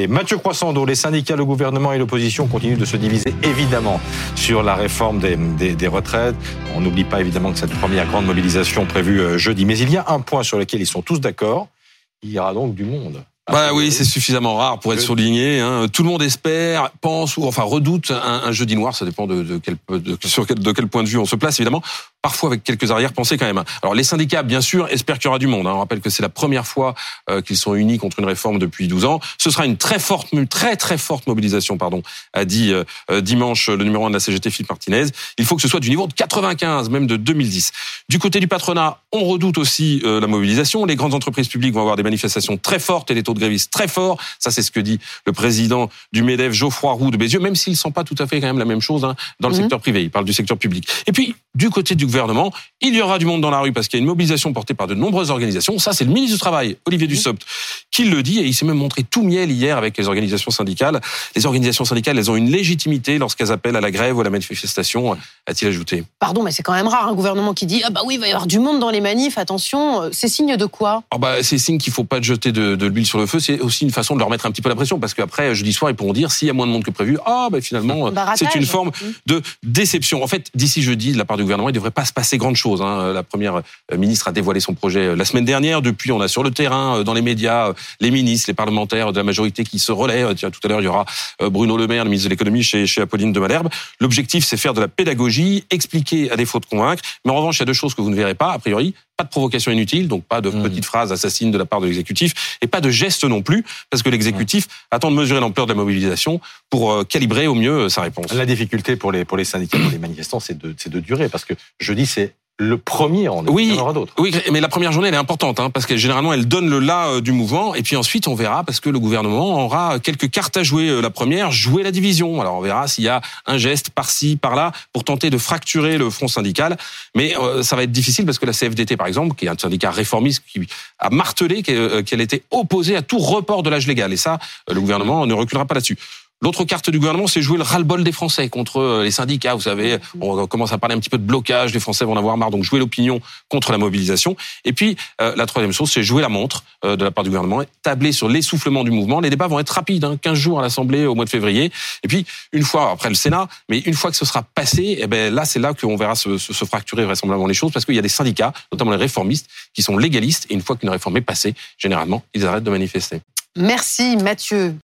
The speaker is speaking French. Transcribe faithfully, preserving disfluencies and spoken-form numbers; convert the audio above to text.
Et Mathieu Croissando, les syndicats, le gouvernement et l'opposition continuent de se diviser évidemment sur la réforme des, des, des retraites. On n'oublie pas évidemment que cette première grande mobilisation prévue jeudi. Mais il y a un point sur lequel ils sont tous d'accord. Il y aura donc du monde. Bah oui, c'est suffisamment rare pour être souligné. Hein. Tout le monde espère, pense ou enfin redoute un, un jeudi noir. Ça dépend de, de, quel, de, sur quel, de quel point de vue on se place, évidemment. Parfois avec quelques arrière-pensées quand même. Alors les syndicats, bien sûr, espèrent qu'il y aura du monde. Hein. On rappelle que c'est la première fois euh, qu'ils sont unis contre une réforme depuis douze ans. Ce sera une très forte, très très forte mobilisation, pardon, a dit euh, dimanche le numéro un de la C G T, Philippe Martinez. Il faut que ce soit du niveau de quatre-vingt-quinze, même de deux mille dix. Du côté du patronat, on redoute aussi euh, la mobilisation. Les grandes entreprises publiques vont avoir des manifestations très fortes et des taux de grévistes très forts. Ça, c'est ce que dit le président du MEDEF, Geoffroy Roux de Bézieux, même s'il ne sent pas tout à fait quand même la même chose hein, dans le mmh. secteur privé. Il parle du secteur public. Et puis, du côté du gouvernement, il y aura du monde dans la rue parce qu'il y a une mobilisation portée par de nombreuses organisations. Ça, c'est le ministre du Travail, Olivier Dussopt, qui le dit et il s'est même montré tout miel hier avec les organisations syndicales. Les organisations syndicales, elles ont une légitimité lorsqu'elles appellent à la grève ou à la manifestation, a-t-il ajouté. Pardon, mais c'est quand même rare, un gouvernement qui dit « Ah bah oui, il va y avoir du monde dans les manifs, attention ». C'est signe de quoi ? Ah bah, c'est signe qu'il ne faut pas jeter de, de l'huile sur le feu. C'est aussi une façon de leur mettre un petit peu la pression parce qu'après, jeudi soir, ils pourront dire s'il y a moins de monde que prévu, ah bah finalement, Baratage. C'est une forme de déception. En fait, d'ici jeudi, de la part du gouvernement, il ne devrait pas se passer grande chose. Hein. La première ministre a dévoilé son projet la semaine dernière. Depuis, on a sur le terrain, dans les médias, les ministres, les parlementaires de la majorité qui se relaient. Tiens, tout à l'heure, il y aura Bruno Le Maire, le ministre de l'économie, chez, chez Apolline de Malherbe. L'objectif, c'est faire de la pédagogie, expliquer à défaut de convaincre. Mais en revanche, il y a deux choses que vous ne verrez pas, a priori. Pas de provocation inutile, donc pas de mmh. petites phrases assassines de la part de l'exécutif, et pas de gestes non plus, parce que l'exécutif mmh. attend de mesurer l'ampleur de la mobilisation pour euh, calibrer au mieux sa réponse. La difficulté pour les, pour les syndicats, pour les manifestants, c'est de, c'est de durer, parce que jeudi, c'est le premier, on oui, en aura d'autres. Oui, mais la première journée, elle est importante, hein, parce que généralement, elle donne le là euh, du mouvement, et puis ensuite, on verra, parce que le gouvernement aura quelques cartes à jouer. Euh, la première, jouer la division. Alors, on verra s'il y a un geste par-ci, par-là, pour tenter de fracturer le front syndical. Mais euh, ça va être difficile, parce que la C F D T, par exemple, qui est un syndicat réformiste, qui a martelé qu'elle, euh, qu'elle était opposée à tout report de l'âge légal. Et ça, euh, le gouvernement ne reculera pas là-dessus. L'autre carte du gouvernement, c'est jouer le ras-le-bol des Français contre les syndicats. Vous savez, on commence à parler un petit peu de blocage, les Français vont en avoir marre, donc jouer l'opinion contre la mobilisation. Et puis, euh, la troisième chose, c'est jouer la montre euh, de la part du gouvernement, tabler sur l'essoufflement du mouvement. Les débats vont être rapides, hein, quinze jours à l'Assemblée au mois de février. Et puis, une fois, après le Sénat, mais une fois que ce sera passé, eh ben là, c'est là qu'on verra se, se, se fracturer vraisemblablement les choses, parce qu'il y a des syndicats, notamment les réformistes, qui sont légalistes, et une fois qu'une réforme est passée, généralement, ils arrêtent de manifester. Merci Mathieu.